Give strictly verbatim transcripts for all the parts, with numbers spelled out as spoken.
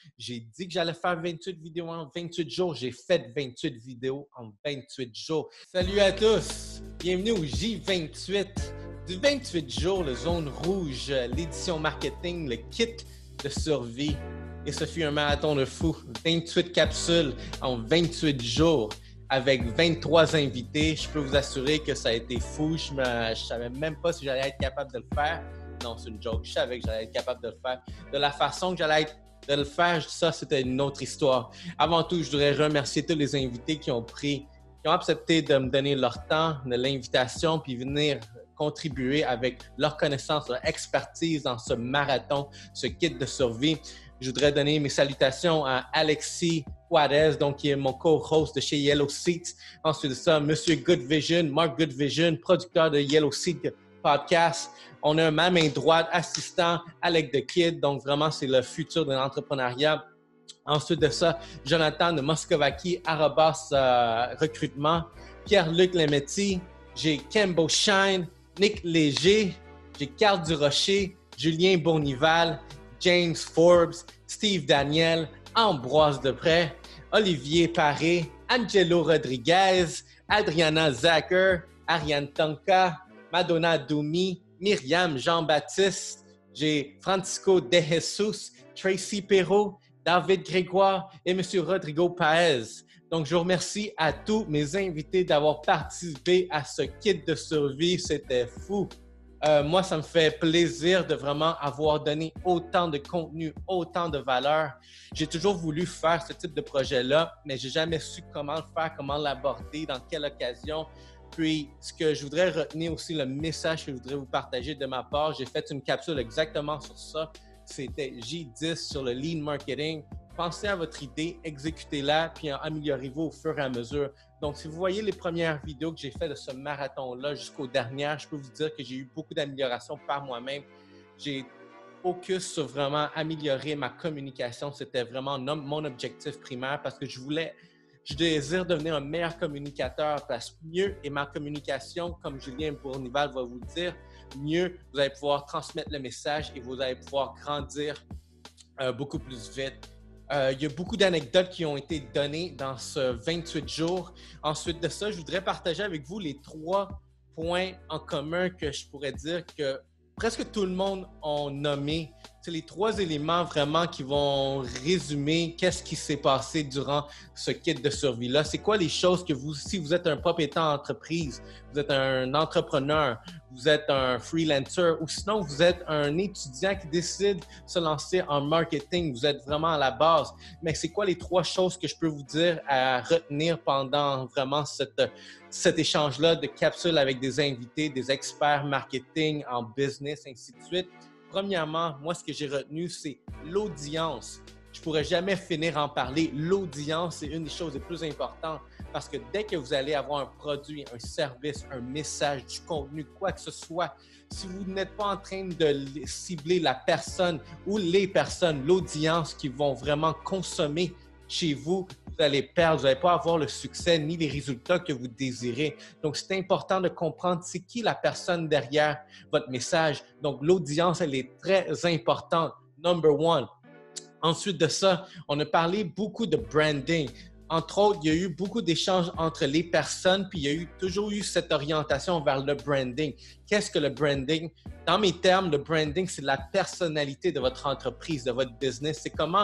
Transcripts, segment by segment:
J'ai dit que j'allais faire vingt-huit vidéos en vingt-huit jours. J'ai fait vingt-huit vidéos en vingt-huit jours. Salut à tous! Bienvenue au J vingt-huit. Du vingt-huit jours, le Zone Rouge, l'édition marketing, le kit de survie. Et ce fut un marathon de fou. vingt-huit capsules en vingt-huit jours avec vingt-trois invités. Je peux vous assurer que ça a été fou. Je ne savais même pas si j'allais être capable de le faire. Non, c'est une joke. Je savais que j'allais être capable de le faire. De la façon que j'allais être de le faire, ça, c'était une autre histoire. Avant tout, je voudrais remercier tous les invités qui ont pris, qui ont accepté de me donner leur temps, de l'invitation, puis venir contribuer avec leur connaissance, leur expertise dans ce marathon, ce kit de survie. Je voudrais donner mes salutations à Alexis Juarez, donc qui est mon co-host de chez Yellow Seat. Ensuite de ça, M. Good Vision, Mark Good Vision, producteur de Yellow Seat Podcast. On a ma main droite, assistant, Alec the Kid. Donc, vraiment, c'est le futur de l'entrepreneuriat. Ensuite de ça, Jonathan de Moscovaki, Arabas euh, Recrutement. Pierre-Luc Lemetti. J'ai Kembo Shine, Nick Léger. J'ai Carl Durocher, Julien Bournival, James Forbes, Steve Daniel, Ambroise Deprez, Olivier Paré, Angelo Rodriguez, Adriana Zacher, Ariane Tonka, Madonna Doumi, Myriam Jean-Baptiste, j'ai Francisco De Jesus, Tracy Perrault, David Grégoire et M. Rodrigo Paez. Donc, je vous remercie à tous mes invités d'avoir participé à ce kit de survie. C'était fou. Euh, moi, ça me fait plaisir de vraiment avoir donné autant de contenu, autant de valeur. J'ai toujours voulu faire ce type de projet-là, mais j'ai jamais su comment le faire, comment l'aborder, dans quelle occasion. Puis, ce que je voudrais retenir aussi, le message que je voudrais vous partager de ma part, j'ai fait une capsule exactement sur ça. C'était J dix sur le Lean Marketing. Pensez à votre idée, exécutez-la, puis améliorez-vous au fur et à mesure. Donc, si vous voyez les premières vidéos que j'ai faites de ce marathon-là jusqu'aux dernières, je peux vous dire que j'ai eu beaucoup d'améliorations par moi-même. J'ai focus sur vraiment améliorer ma communication. C'était vraiment mon objectif primaire parce que je voulais, je désire devenir un meilleur communicateur parce que mieux est ma communication, comme Julien Bournival va vous le dire, mieux vous allez pouvoir transmettre le message et vous allez pouvoir grandir euh, beaucoup plus vite. Euh, il y a beaucoup d'anecdotes qui ont été données dans ce vingt-huit jours. Ensuite de ça, je voudrais partager avec vous les trois points en commun que je pourrais dire que presque tout le monde a nommé. C'est les trois éléments vraiment qui vont résumer qu'est-ce qui s'est passé durant ce kit de survie-là. C'est quoi les choses que vous, si vous êtes un propriétaire d'entreprise, vous êtes un entrepreneur, vous êtes un freelancer ou sinon vous êtes un étudiant qui décide de se lancer en marketing, vous êtes vraiment à la base. Mais c'est quoi les trois choses que je peux vous dire à retenir pendant vraiment cette, cet échange-là de capsules avec des invités, des experts marketing en business, ainsi de suite? Premièrement, moi, ce que j'ai retenu, c'est l'audience. Je ne pourrais jamais finir en parler. L'audience, c'est une des choses les plus importantes parce que dès que vous allez avoir un produit, un service, un message, du contenu, quoi que ce soit, si vous n'êtes pas en train de cibler la personne ou les personnes, l'audience qui vont vraiment consommer chez vous, vous allez perdre, vous n'allez pas avoir le succès ni les résultats que vous désirez. Donc, c'est important de comprendre c'est qui la personne derrière votre message. Donc, l'audience, elle est très importante. Number one. Ensuite de ça, on a parlé beaucoup de branding. Entre autres, il y a eu beaucoup d'échanges entre les personnes, puis il y a eu, toujours eu cette orientation vers le branding. Qu'est-ce que le branding? Dans mes termes, le branding, c'est la personnalité de votre entreprise, de votre business. C'est comment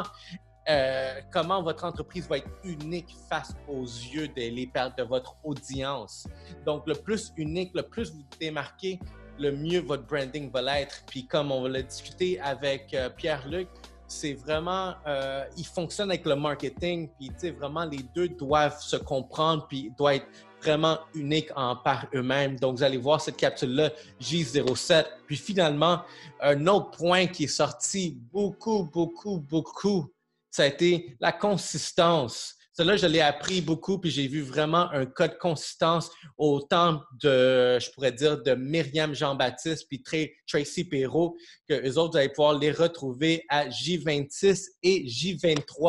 Euh, comment votre entreprise va être unique face aux yeux de, les, de votre audience. Donc, le plus unique, le plus vous démarquez, le mieux votre branding va l'être. Puis, comme on va le discuter avec euh, Pierre-Luc, c'est vraiment, euh, il fonctionne avec le marketing, puis tu sais, vraiment, les deux doivent se comprendre, puis doivent être vraiment uniques en par eux-mêmes. Donc, vous allez voir cette capsule-là, J zéro sept. Puis, finalement, un autre point qui est sorti beaucoup, beaucoup, beaucoup, ça a été la consistance. Cela, je l'ai appris beaucoup, puis j'ai vu vraiment un cas de consistance autant de, je pourrais dire, de Myriam Jean-Baptiste puis Tracy Perrault, que eux autres, vous allez pouvoir les retrouver à J vingt-six et J vingt-trois.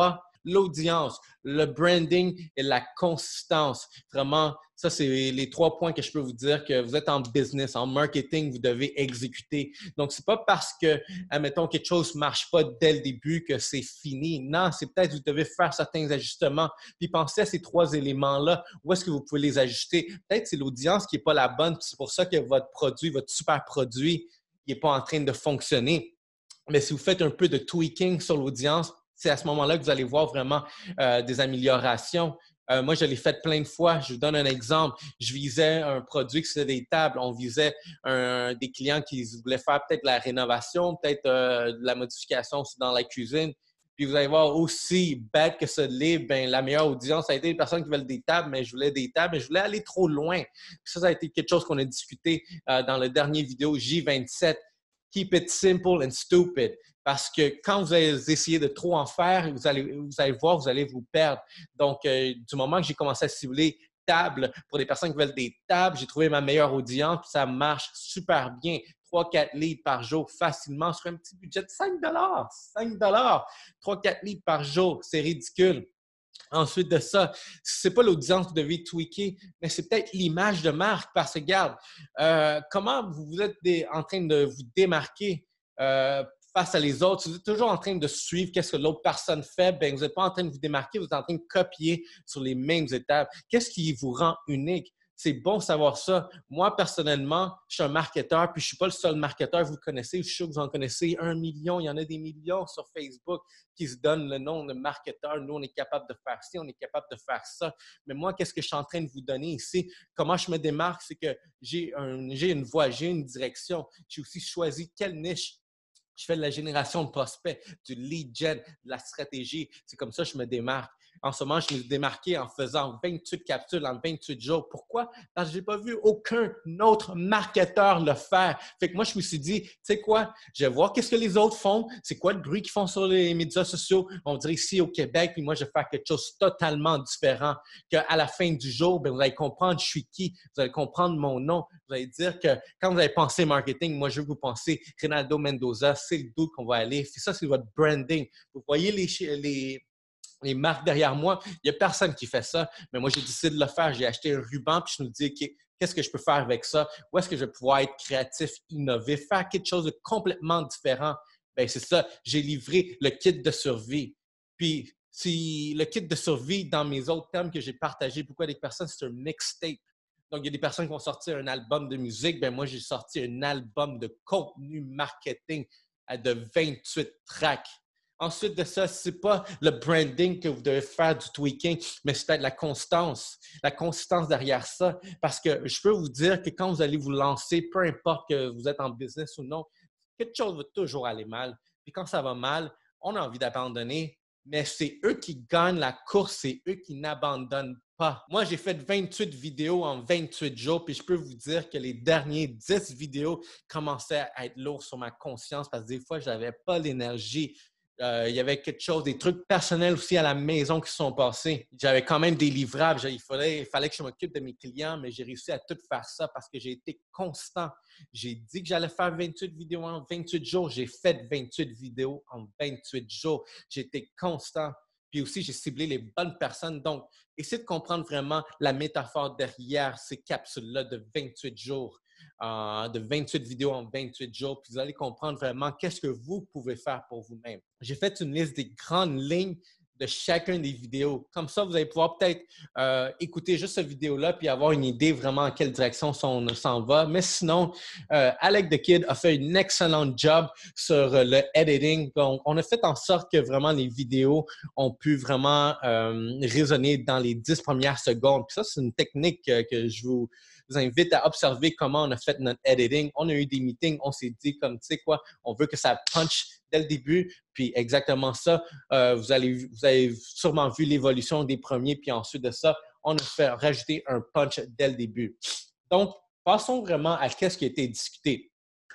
l'audience, le branding et la consistance. Vraiment, ça, c'est les trois points que je peux vous dire que vous êtes en business, en marketing, vous devez exécuter. Donc, c'est pas parce que, admettons, quelque chose ne marche pas dès le début que c'est fini. Non, c'est peut-être que vous devez faire certains ajustements. Puis pensez à ces trois éléments-là. Où est-ce que vous pouvez les ajuster? Peut-être que c'est l'audience qui n'est pas la bonne. C'est pour ça que votre produit, votre super produit, n'est pas en train de fonctionner. Mais si vous faites un peu de tweaking sur l'audience, c'est à ce moment-là que vous allez voir vraiment euh, des améliorations. Euh, moi, je l'ai fait plein de fois. Je vous donne un exemple. Je visais un produit qui c'était des tables. On visait un, des clients qui voulaient faire peut-être de la rénovation, peut-être euh, de la modification dans la cuisine. Puis vous allez voir aussi bête que ce livre, ben, la meilleure audience, ça a été les personnes qui veulent des tables, mais je voulais des tables, mais je voulais aller trop loin. Puis ça, ça a été quelque chose qu'on a discuté euh, dans le dernier vidéo J vingt-sept. Keep it simple and stupid. Parce que quand vous allez essayer de trop en faire, vous allez, vous allez voir, vous allez vous perdre. Donc, euh, du moment que j'ai commencé à cibler table pour des personnes qui veulent des tables, j'ai trouvé ma meilleure audience, puis ça marche super bien. trois quatre leads par jour facilement sur un petit budget de cinq dollars. cinq dollars. trois quatre leads par jour, c'est ridicule. Ensuite de ça, ce n'est pas l'audience que vous devez tweaker, mais c'est peut-être l'image de marque. Parce que, regarde, euh, comment vous êtes des, en train de vous démarquer euh, face à les autres? Si vous êtes toujours en train de suivre qu'est-ce que l'autre personne fait, bien, vous n'êtes pas en train de vous démarquer, vous êtes en train de copier sur les mêmes étapes. Qu'est-ce qui vous rend unique? C'est bon de savoir ça. Moi, personnellement, je suis un marketeur, puis je ne suis pas le seul marketeur. Vous le connaissez, je suis sûr que vous en connaissez un million. Il y en a des millions sur Facebook qui se donnent le nom de marketeur. Nous, on est capable de faire ci, on est capable de faire ça. Mais moi, qu'est-ce que je suis en train de vous donner ici? Comment je me démarque? C'est que j'ai un, j'ai une voie, j'ai une direction. J'ai aussi choisi quelle niche. Je fais de la génération de prospects, du lead gen, de la stratégie. C'est comme ça que je me démarque. En ce moment, je me suis démarqué en faisant vingt-huit capsules en vingt-huit jours. Pourquoi? Parce que je n'ai pas vu aucun autre marketeur le faire. Fait que moi, je me suis dit, tu sais quoi? Je vais voir qu'est-ce que les autres font. C'est quoi le bruit qu'ils font sur les médias sociaux? On dirait ici au Québec, puis moi, je vais faire quelque chose de totalement différent. Qu'à la fin du jour, bien, vous allez comprendre je suis qui. Vous allez comprendre mon nom. Vous allez dire que quand vous allez penser marketing, moi, je veux que vous pensez Ronaldo Mendoza, c'est le doute qu'on va aller. Puis ça, c'est votre branding. Vous voyez les, les, les marques derrière moi. Il n'y a personne qui fait ça, mais moi, j'ai décidé de le faire. J'ai acheté un ruban, puis je me dis, OK, qu'est-ce que je peux faire avec ça? Où est-ce que je vais pouvoir être créatif, innover, faire quelque chose de complètement différent? Bien, c'est ça. J'ai livré le kit de survie. Puis, si le kit de survie, dans mes autres termes que j'ai partagé beaucoup avec des personnes, c'est un mixtape. Donc, il y a des personnes qui vont sortir un album de musique. Bien, moi, j'ai sorti un album de contenu marketing de vingt-huit tracks. Ensuite de ça, ce n'est pas le branding que vous devez faire du tweaking, mais c'est peut-être la constance, la consistance derrière ça. Parce que je peux vous dire que quand vous allez vous lancer, peu importe que vous êtes en business ou non, quelque chose va toujours aller mal. Puis quand ça va mal, on a envie d'abandonner, mais c'est eux qui gagnent la course, c'est eux qui n'abandonnent pas. Moi, j'ai fait vingt-huit vidéos en vingt-huit jours, puis je peux vous dire que les derniers dix vidéos commençaient à être lourds sur ma conscience parce que des fois, je n'avais pas l'énergie. Euh, il y avait quelque chose, des trucs personnels aussi à la maison qui se sont passés. J'avais quand même des livrables. Il fallait, il fallait que je m'occupe de mes clients, mais j'ai réussi à tout faire ça parce que j'ai été constant. J'ai dit que j'allais faire vingt-huit vidéos en vingt-huit jours. J'ai fait vingt-huit vidéos en vingt-huit jours. J'ai été constant. Puis aussi, j'ai ciblé les bonnes personnes. Donc, essayez de comprendre vraiment la métaphore derrière ces capsules-là de vingt-huit jours. Euh, de vingt-huit vidéos en vingt-huit jours, puis vous allez comprendre vraiment qu'est-ce que vous pouvez faire pour vous-même. J'ai fait une liste des grandes lignes de chacun des vidéos. Comme ça, vous allez pouvoir peut-être euh, écouter juste cette vidéo-là puis avoir une idée vraiment en quelle direction on s'en va. Mais sinon, euh, Alec the Kid a fait un excellent job sur euh, le editing. Donc, on a fait en sorte que vraiment les vidéos ont pu vraiment euh, résonner dans les dix premières secondes. Puis ça, c'est une technique euh, que je vous Je vous invite à observer comment on a fait notre editing. On a eu des meetings, on s'est dit comme, tu sais quoi, on veut que ça punch dès le début. Puis exactement ça, euh, vous, allez, vous avez sûrement vu l'évolution des premiers. Puis ensuite de ça, on a fait rajouter un punch dès le début. Donc, passons vraiment à ce qui a été discuté.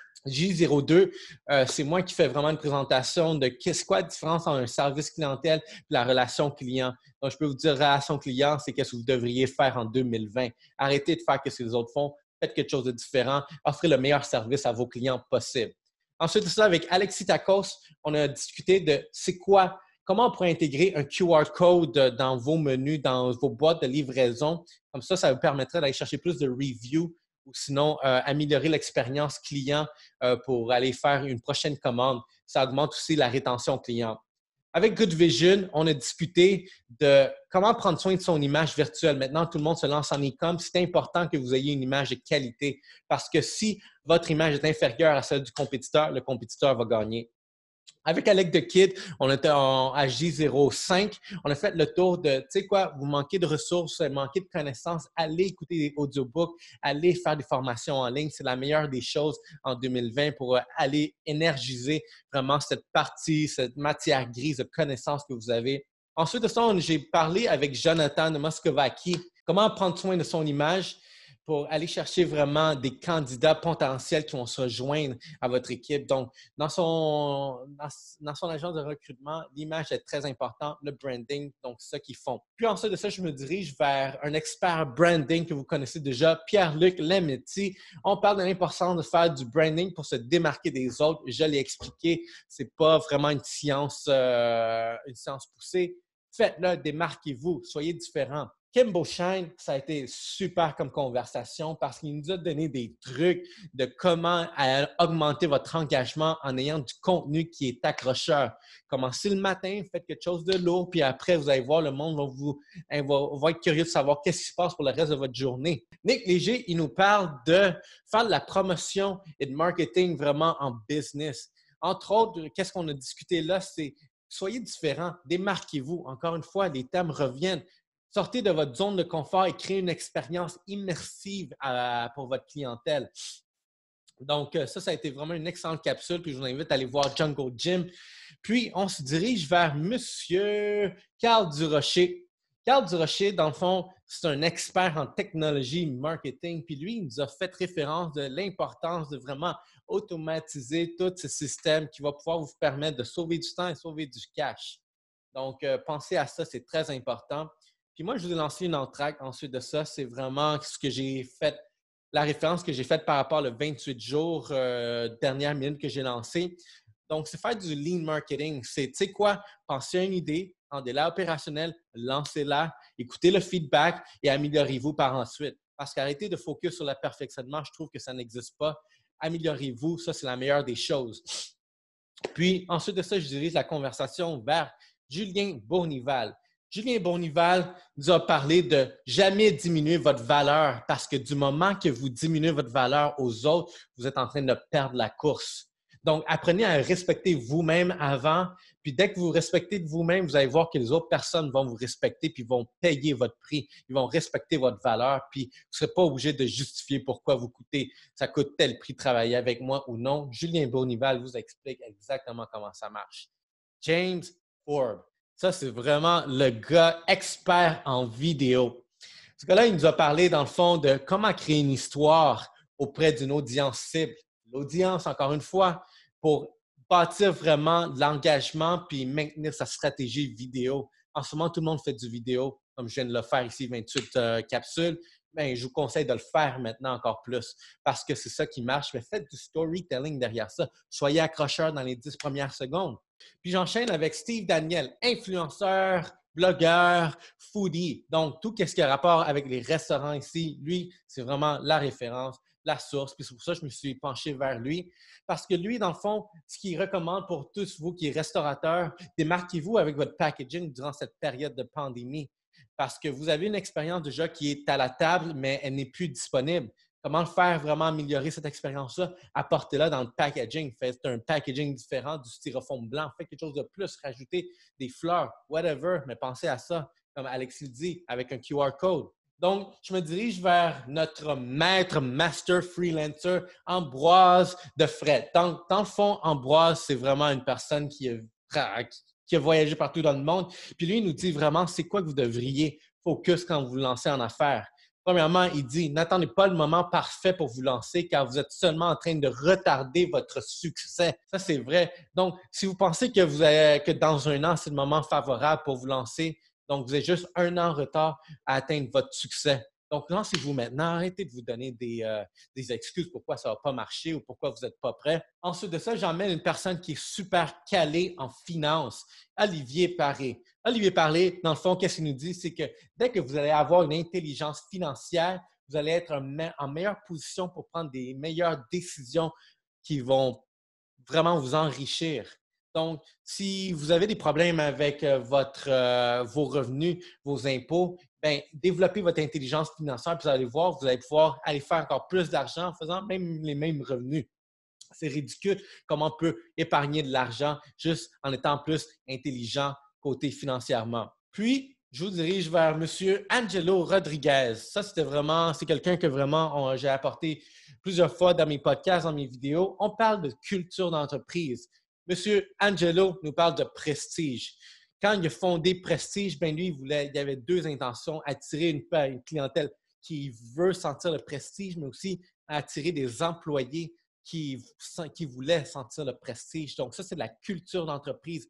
J zéro deux, euh, c'est moi qui fais vraiment une présentation de qu'est-ce quoi la différence entre un service clientèle et la relation client. Donc, je peux vous dire, relation client, c'est ce que vous devriez faire en deux mille vingt. Arrêtez de faire ce que les autres font. Faites quelque chose de différent. Offrez le meilleur service à vos clients possible. Ensuite de ça, avec Alexis Tacos, on a discuté de c'est quoi, comment on pourrait intégrer un Q R code dans vos menus, dans vos boîtes de livraison. Comme ça, ça vous permettrait d'aller chercher plus de reviews ou sinon euh, améliorer l'expérience client euh, pour aller faire une prochaine commande. Ça augmente aussi la rétention client. Avec Good Vision, on a discuté de comment prendre soin de son image virtuelle. Maintenant, tout le monde se lance en e-com. C'est important que vous ayez une image de qualité parce que si votre image est inférieure à celle du compétiteur, le compétiteur va gagner. Avec Alec the Kid, on était en à J zéro cinq. On a fait le tour de, tu sais quoi, vous manquez de ressources, vous manquez de connaissances, allez écouter des audiobooks, allez faire des formations en ligne. C'est la meilleure des choses en deux mille vingt pour aller énergiser vraiment cette partie, cette matière grise de connaissances que vous avez. Ensuite de ça, j'ai parlé avec Jonathan de Moscovaki, comment prendre soin de son image pour aller chercher vraiment des candidats potentiels qui vont se rejoindre à votre équipe. Donc, dans son, dans, dans son agence de recrutement, l'image est très importante, le branding, donc c'est ça qu'ils font. Puis ensuite de ça, je me dirige vers un expert branding que vous connaissez déjà, Pierre-Luc Lemetti. On parle de l'importance de faire du branding pour se démarquer des autres. Je l'ai expliqué, c'est pas vraiment une science, euh, une science poussée. Faites-le, démarquez-vous, soyez différents. Kim Beauchesne, ça a été super comme conversation parce qu'il nous a donné des trucs de comment augmenter votre engagement en ayant du contenu qui est accrocheur. Commencez le matin, faites quelque chose de lourd, puis après, vous allez voir, le monde va, vous, va, va être curieux de savoir qu'est-ce qui se passe pour le reste de votre journée. Nick Léger, il nous parle de faire de la promotion et de marketing vraiment en business. Entre autres, qu'est-ce qu'on a discuté là, c'est soyez différents, démarquez-vous. Encore une fois, les thèmes reviennent. Sortez de votre zone de confort et créez une expérience immersive à, pour votre clientèle. Donc, ça, ça a été vraiment une excellente capsule. Puis, je vous invite à aller voir Jungle Gym. Puis, on se dirige vers M. Carl Durocher. Carl Durocher, dans le fond, c'est un expert en technologie marketing. Puis, lui, il nous a fait référence de l'importance de vraiment automatiser tous ces systèmes qui vont pouvoir vous permettre de sauver du temps et sauver du cash. Donc, euh, pensez à ça, c'est très important. Puis moi, je vous ai lancé une entracte ensuite de ça. C'est vraiment ce que j'ai fait, la référence que j'ai faite par rapport au vingt-huit jours, euh, dernière minute que j'ai lancé. Donc, c'est faire du lean marketing. C'est, tu sais quoi, pensez à une idée, rendez-la opérationnelle, lancez-la, écoutez le feedback et améliorez-vous par ensuite. Parce qu'arrêtez de focus sur le perfectionnement, je trouve que ça n'existe pas. Améliorez-vous, ça, c'est la meilleure des choses. Puis, ensuite de ça, je dirige la conversation vers Julien Bournival. Julien Bournival nous a parlé de jamais diminuer votre valeur parce que du moment que vous diminuez votre valeur aux autres, vous êtes en train de perdre la course. Donc, apprenez à respecter vous-même avant. Puis, dès que vous respectez de vous-même, vous allez voir que les autres personnes vont vous respecter puis vont payer votre prix. Ils vont respecter votre valeur. Puis, vous ne serez pas obligé de justifier pourquoi vous coûtez. Ça coûte tel prix de travailler avec moi ou non. Julien Bournival vous explique exactement comment ça marche. James Forbes. Ça, c'est vraiment le gars expert en vidéo. Ce gars-là, il nous a parlé, dans le fond, de comment créer une histoire auprès d'une audience cible. L'audience, encore une fois, pour bâtir vraiment de l'engagement puis maintenir sa stratégie vidéo. En ce moment, tout le monde fait du vidéo, comme je viens de le faire ici, vingt-huit euh, capsules. Bien, je vous conseille de le faire maintenant encore plus parce que c'est ça qui marche. Mais faites du storytelling derrière ça. Soyez accrocheur dans les dix premières secondes. Puis j'enchaîne avec Steve Daniel, influenceur, blogueur, foodie. Donc, tout ce qui a rapport avec les restaurants ici, lui, c'est vraiment la référence, la source. Puis c'est pour ça que je me suis penché vers lui. Parce que lui, dans le fond, ce qu'il recommande pour tous vous qui êtes restaurateurs, démarquez-vous avec votre packaging durant cette période de pandémie. Parce que vous avez une expérience déjà qui est à la table, mais elle n'est plus disponible. Comment le faire vraiment améliorer cette expérience-là? Apportez-la dans le packaging. Faites un packaging différent du styrofoam blanc. Faites quelque chose de plus. Rajoutez des fleurs, whatever. Mais pensez à ça, comme Alexis le dit, avec un Q R code. Donc, je me dirige vers notre maître, master freelancer, Ambroise Defray. Dans, dans le fond, Ambroise, c'est vraiment une personne qui a, qui a voyagé partout dans le monde. Puis lui, il nous dit vraiment c'est quoi que vous devriez focus quand vous vous lancez en affaires. Premièrement, il dit, n'attendez pas le moment parfait pour vous lancer car vous êtes seulement en train de retarder votre succès. Ça, c'est vrai. Donc, si vous pensez que, vous avez, que dans un an, c'est le moment favorable pour vous lancer, donc vous êtes juste un an en retard à atteindre votre succès. Donc, lancez-vous maintenant. Arrêtez de vous donner des, euh, des excuses pourquoi ça ne va pas marcher ou pourquoi vous n'êtes pas prêt. Ensuite de ça, j'emmène une personne qui est super calée en finance, Olivier Paré. Olivier Paré, dans le fond, qu'est-ce qu'il nous dit? C'est que dès que vous allez avoir une intelligence financière, vous allez être en meilleure position pour prendre des meilleures décisions qui vont vraiment vous enrichir. Donc, si vous avez des problèmes avec euh, votre, euh, vos revenus, vos impôts, bien, développez votre intelligence financière, puis vous allez voir, vous allez pouvoir aller faire encore plus d'argent en faisant même les mêmes revenus. C'est ridicule comment on peut épargner de l'argent juste en étant plus intelligent côté financièrement. Puis, je vous dirige vers M. Angelo Rodriguez. Ça, c'était vraiment, c'est quelqu'un que vraiment j'ai apporté plusieurs fois dans mes podcasts, dans mes vidéos. On parle de culture d'entreprise. M. Angelo nous parle de prestige. Quand il a fondé Prestige, ben lui, il, voulait, il avait deux intentions, attirer une, une clientèle qui veut sentir le prestige, mais aussi attirer des employés qui, qui voulaient sentir le prestige. Donc, ça, c'est de la culture d'entreprise.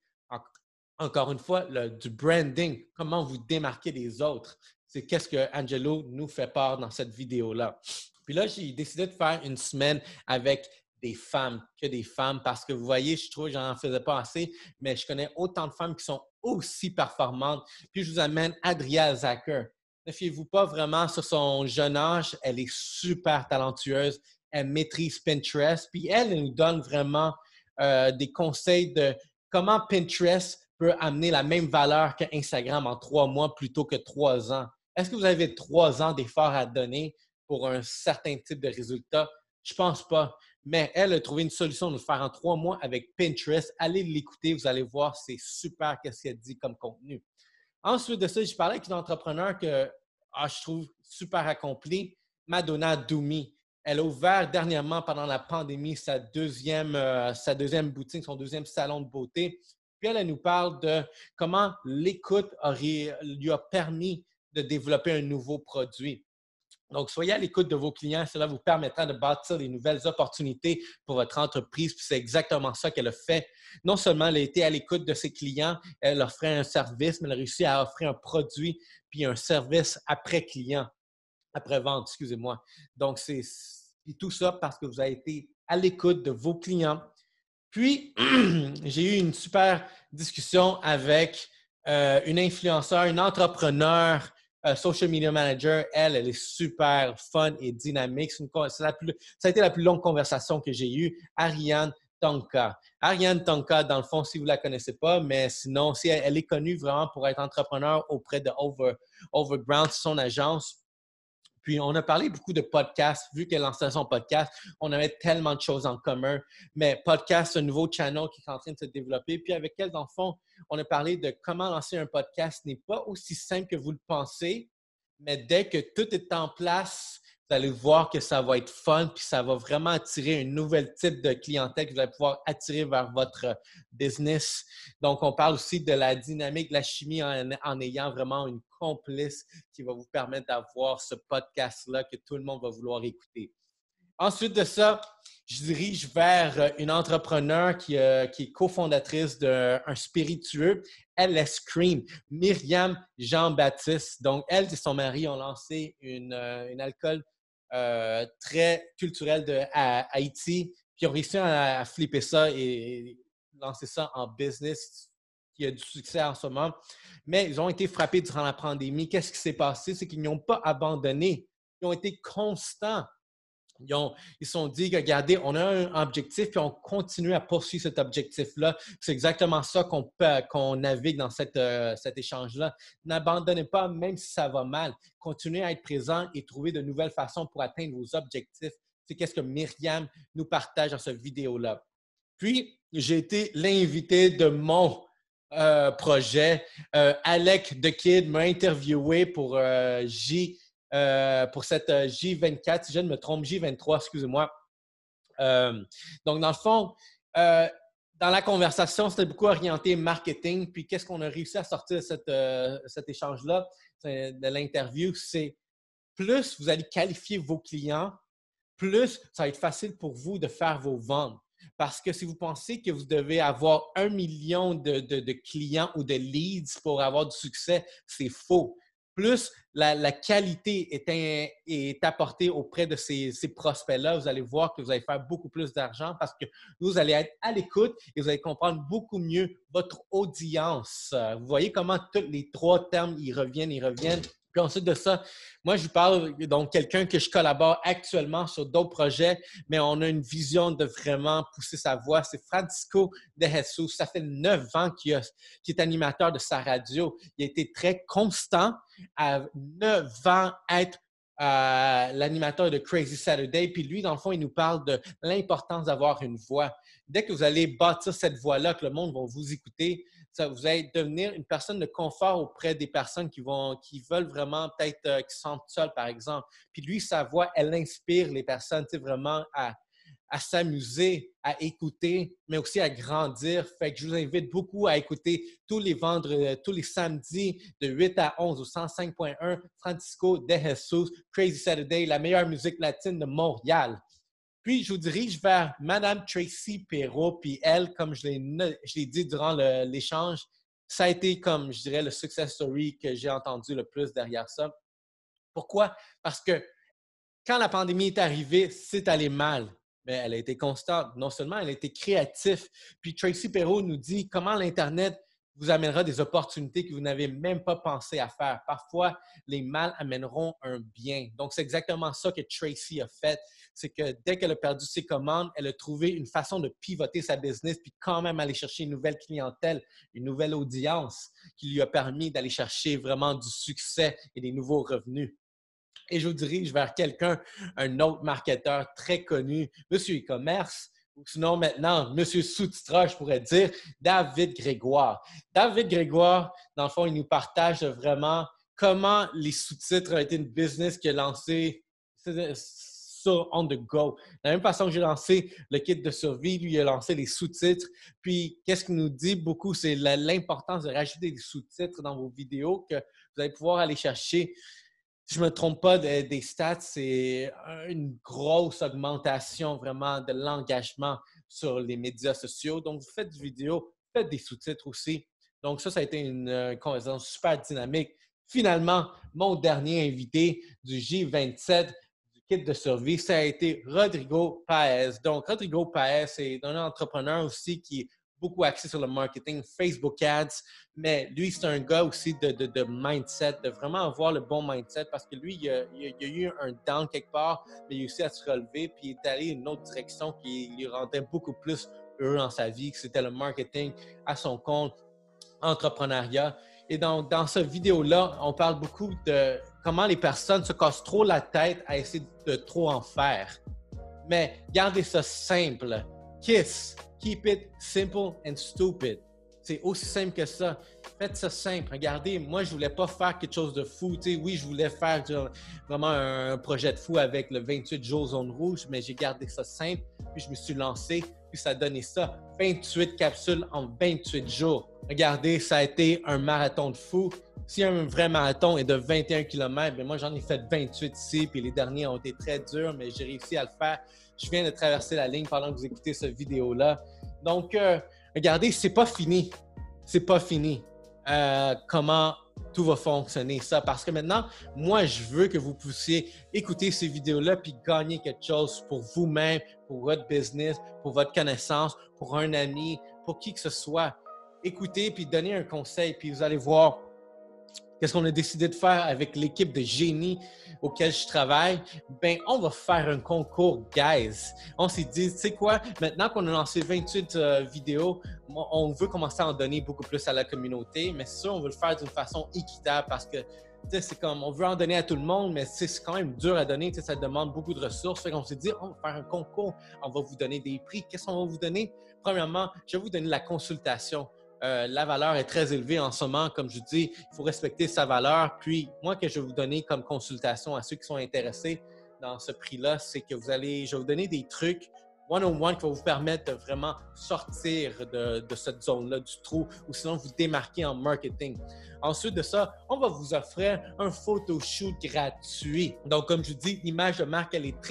Encore une fois, le, du branding, comment vous démarquez des autres. C'est qu'est-ce que Angelo nous fait part dans cette vidéo-là. Puis là, j'ai décidé de faire une semaine avec des femmes, que des femmes, parce que vous voyez, je trouve que j'en faisais pas assez, mais je connais autant de femmes qui sont aussi performantes. Puis je vous amène Adria Zacher. Ne fiez-vous pas vraiment sur son jeune âge, elle est super talentueuse, elle maîtrise Pinterest, puis elle, elle nous donne vraiment euh, des conseils de comment Pinterest peut amener la même valeur qu'Instagram en trois mois plutôt que trois ans. Est-ce que vous avez trois ans d'efforts à donner pour un certain type de résultat? Je ne pense pas. Mais elle a trouvé une solution de le faire en trois mois avec Pinterest. Allez l'écouter, vous allez voir, c'est super ce qu'elle dit comme contenu. Ensuite de ça, je parlais avec une entrepreneur que ah, je trouve super accomplie, Madonna Doumi. Elle a ouvert dernièrement, pendant la pandémie, sa deuxième, euh, sa deuxième boutique, son deuxième salon de beauté. Puis elle, elle nous parle de comment l'écoute aurait, lui a permis de développer un nouveau produit. Donc, soyez à l'écoute de vos clients. Cela vous permettra de bâtir des nouvelles opportunités pour votre entreprise. Puis c'est exactement ça qu'elle a fait. Non seulement elle a été à l'écoute de ses clients, elle offrait un service, mais elle a réussi à offrir un produit puis un service après client, après vente, excusez-moi. Donc, c'est tout ça parce que vous avez été à l'écoute de vos clients. Puis, j'ai eu une super discussion avec euh, une influenceur, une entrepreneur, Uh, social media manager, elle, elle est super fun et dynamique. C'est une, c'est la plus, ça a été la plus longue conversation que j'ai eue. Ariane Tonka. Ariane Tonka, dans le fond, si vous ne la connaissez pas, mais sinon, si elle, elle est connue vraiment pour être entrepreneur auprès de Over, Overground, son agence. Puis, on a parlé beaucoup de podcasts. Vu qu'elle lançait son podcast, on avait tellement de choses en commun. Mais podcast, c'est un nouveau channel qui est en train de se développer. Puis, avec elle, dans le fond, on a parlé de comment lancer un podcast n'est pas aussi simple que vous le pensez. Mais dès que tout est en place, vous allez voir que ça va être fun. Puis, ça va vraiment attirer un nouvel type de clientèle que vous allez pouvoir attirer vers votre business. Donc, on parle aussi de la dynamique, de la chimie en, en ayant vraiment une complice qui va vous permettre d'avoir ce podcast-là que tout le monde va vouloir écouter. Ensuite de ça, je dirige vers une entrepreneur qui, euh, qui est cofondatrice d'un spiritueux, L S Cream, Myriam Jean-Baptiste. Donc, elle et son mari ont lancé une, une alcool euh, très culturel de à Haïti, puis ils ont réussi à, à flipper ça et lancer ça en business qui a du succès en ce moment. Mais ils ont été frappés durant la pandémie. Qu'est-ce qui s'est passé? C'est qu'ils n'ont pas abandonné. Ils ont été constants. Ils ont, ils se sont dit, regardez, on a un objectif puis on continue à poursuivre cet objectif-là. C'est exactement ça qu'on, peut, qu'on navigue dans cette, euh, cet échange-là. N'abandonnez pas, même si ça va mal. Continuez à être présent et trouver de nouvelles façons pour atteindre vos objectifs. C'est qu'est-ce que Myriam nous partage dans cette vidéo-là. Puis, j'ai été l'invité de mon euh, projet. Euh, Alec The Kid m'a interviewé pour euh, J. Euh, pour cette euh, J vingt-quatre, si je ne me trompe, J vingt-trois, excusez-moi. Euh, donc, dans le fond, euh, dans la conversation, c'était beaucoup orienté marketing. Puis, qu'est-ce qu'on a réussi à sortir de cette, euh, cet échange-là, de l'interview, c'est plus vous allez qualifier vos clients, plus ça va être facile pour vous de faire vos ventes. Parce que si vous pensez que vous devez avoir un million de, de, de clients ou de leads pour avoir du succès, c'est faux. plus la, la qualité est, un, est apportée auprès de ces, ces prospects-là, vous allez voir que vous allez faire beaucoup plus d'argent parce que vous allez être à l'écoute et vous allez comprendre beaucoup mieux votre audience. Vous voyez comment tous les trois termes, ils reviennent, ils reviennent. Puis ensuite de ça, moi, je vous parle donc quelqu'un que je collabore actuellement sur d'autres projets, mais on a une vision de vraiment pousser sa voix. C'est Francisco de Jesus. Ça fait neuf ans qu'il, a, qu'il est animateur de sa radio. Il a été très constant à neuf ans être euh, l'animateur de Crazy Saturday. Puis lui, dans le fond, il nous parle de l'importance d'avoir une voix. Dès que vous allez bâtir cette voix-là, que le monde va vous écouter, ça, vous allez devenir une personne de confort auprès des personnes qui vont, qui veulent vraiment peut-être, euh, qui sont seules, par exemple. Puis lui, sa voix, elle inspire les personnes, tu sais, vraiment à, à s'amuser, à écouter, mais aussi à grandir. Fait que je vous invite beaucoup à écouter tous les vendredis, tous les samedis de huit à onze au cent cinq point un, Francisco de Jesus, Crazy Saturday, la meilleure musique latine de Montréal. Puis, je vous dirige vers Madame Tracy Perrault. Puis elle, comme je l'ai, je l'ai dit durant le, l'échange, ça a été comme, je dirais, le success story que j'ai entendu le plus derrière ça. Pourquoi? Parce que quand la pandémie est arrivée, c'est allé mal. Mais elle a été constante. Non seulement elle a été créative. Puis Tracy Perrault nous dit comment l'Internet vous amènera des opportunités que vous n'avez même pas pensé à faire. Parfois, les mal amèneront un bien. Donc, c'est exactement ça que Tracy a fait. C'est que dès qu'elle a perdu ses commandes, elle a trouvé une façon de pivoter sa business puis quand même aller chercher une nouvelle clientèle, une nouvelle audience qui lui a permis d'aller chercher vraiment du succès et des nouveaux revenus. Et je vous dirige vers quelqu'un, un autre marketeur très connu, Monsieur e-commerce, ou sinon maintenant, Monsieur sous-titrage, je pourrais dire, David Grégoire. David Grégoire, dans le fond, il nous partage vraiment comment les sous-titres ont été une business qu'il a lancé sur on the go. De la même façon que j'ai lancé le kit de survie, lui, il a lancé les sous-titres. Puis, qu'est-ce qu'il nous dit beaucoup, c'est l'importance de rajouter des sous-titres dans vos vidéos que vous allez pouvoir aller chercher. Si je ne me trompe pas de, des stats, c'est une grosse augmentation vraiment de l'engagement sur les médias sociaux. Donc, vous faites des vidéos, faites des sous-titres aussi. Donc, ça, ça a été une, une conversation super dynamique. Finalement, mon dernier invité du J vingt-sept du kit de survie, ça a été Rodrigo Paez. Donc, Rodrigo Paez, c'est un entrepreneur aussi qui est beaucoup axé sur le marketing, Facebook Ads, mais lui, c'est un gars aussi de, de, de mindset, de vraiment avoir le bon mindset parce que lui, il a, il a, il a eu un down quelque part, mais il a réussi à se relever puis il est allé une autre direction qui lui rendait beaucoup plus heureux dans sa vie, que c'était le marketing à son compte, entrepreneuriat. Et donc, dans cette vidéo-là, on parle beaucoup de comment les personnes se cassent trop la tête à essayer de trop en faire. Mais gardez ça simple. Kiss. Keep it simple and stupid. C'est aussi simple que ça. Faites ça simple. Regardez, moi, je ne voulais pas faire quelque chose de fou. Tu sais, oui, je voulais faire genre, vraiment un projet de fou avec le vingt-huit jours zone rouge, mais j'ai gardé ça simple. Puis je me suis lancé, puis ça a donné ça. vingt-huit capsules en vingt-huit jours. Regardez, ça a été un marathon de fou. Si un vrai marathon est de vingt et un kilomètres, bien moi, j'en ai fait vingt-huit ici, puis les derniers ont été très durs, mais j'ai réussi à le faire. Je viens de traverser la ligne pendant que vous écoutez cette vidéo-là. Donc, euh, regardez, c'est pas fini. C'est pas fini. Euh, comment tout va fonctionner, ça. Parce que maintenant, moi, je veux que vous puissiez écouter ces vidéos-là puis gagner quelque chose pour vous-même, pour votre business, pour votre connaissance, pour un ami, pour qui que ce soit. Écoutez puis donnez un conseil, puis vous allez voir qu'est-ce qu'on a décidé de faire avec l'équipe de génie auquel je travaille? Bien, on va faire un concours, guys. On s'est dit, tu sais quoi? Maintenant qu'on a lancé vingt-huit euh, vidéos, on veut commencer à en donner beaucoup plus à la communauté, mais c'est sûr, on veut le faire d'une façon équitable parce que c'est comme, on veut en donner à tout le monde, mais c'est quand même dur à donner, ça demande beaucoup de ressources. Fait qu'on s'est dit, on va faire un concours, on va vous donner des prix. Qu'est-ce qu'on va vous donner? Premièrement, je vais vous donner la consultation. Euh, la valeur est très élevée en ce moment. Comme je vous dis, il faut respecter sa valeur. Puis, moi, que je vais vous donner comme consultation à ceux qui sont intéressés dans ce prix-là, c'est que vous allez, je vais vous donner des trucs one-on-one qui vont vous permettre de vraiment sortir de, de cette zone-là, du trou, ou sinon vous démarquer en marketing. Ensuite de ça, on va vous offrir un photoshoot gratuit. Donc, comme je vous dis, l'image de marque, elle est très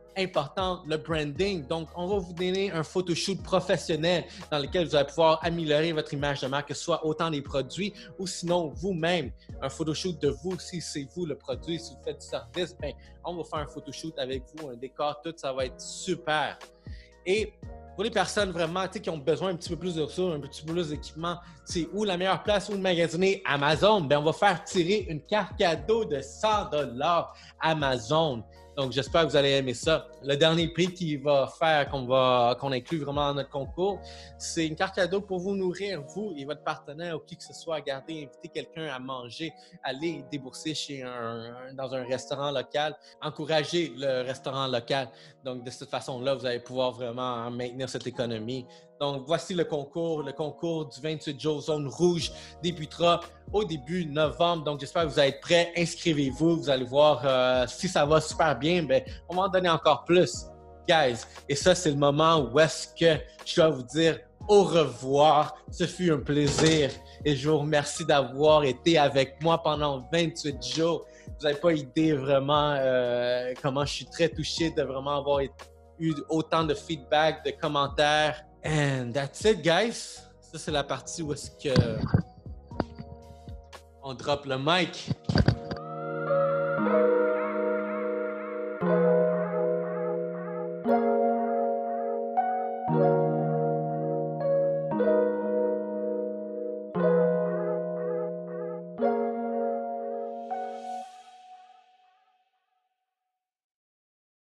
important, le branding. Donc, on va vous donner un photoshoot professionnel dans lequel vous allez pouvoir améliorer votre image de marque, que ce soit autant des produits ou sinon vous-même. Un photoshoot de vous, si c'est vous le produit, si vous faites du service, bien, on va faire un photoshoot avec vous, un décor, tout, ça va être super. Et pour les personnes vraiment qui ont besoin un petit peu plus de ressources, un petit peu plus d'équipement, c'est où la meilleure place où magasiner? Amazon. Bien, on va faire tirer une carte cadeau de cent dollars Amazon. Donc, j'espère que vous allez aimer ça. Le dernier prix qui va faire qu'on va qu'on inclut vraiment dans notre concours, c'est une carte cadeau pour vous nourrir, vous et votre partenaire, ou qui que ce soit, regarder, inviter quelqu'un à manger, aller débourser chez un, dans un restaurant local, encourager le restaurant local. Donc, de cette façon-là, vous allez pouvoir vraiment maintenir cette économie. Donc, voici le concours. Le concours du vingt-huit jours Zone Rouge débutera au début novembre. Donc, j'espère que vous allez être prêts. Inscrivez-vous. Vous allez voir euh, si ça va super bien. Bien, on va en donner encore plus, guys. Et ça, c'est le moment où est-ce que je dois vous dire au revoir. Ce fut un plaisir et je vous remercie d'avoir été avec moi pendant vingt-huit jours. Vous n'avez pas idée vraiment euh, comment je suis très touché de vraiment avoir eu autant de feedback, de commentaires. And that's it, guys. Ça, c'est la partie où est-ce que on drop le mic.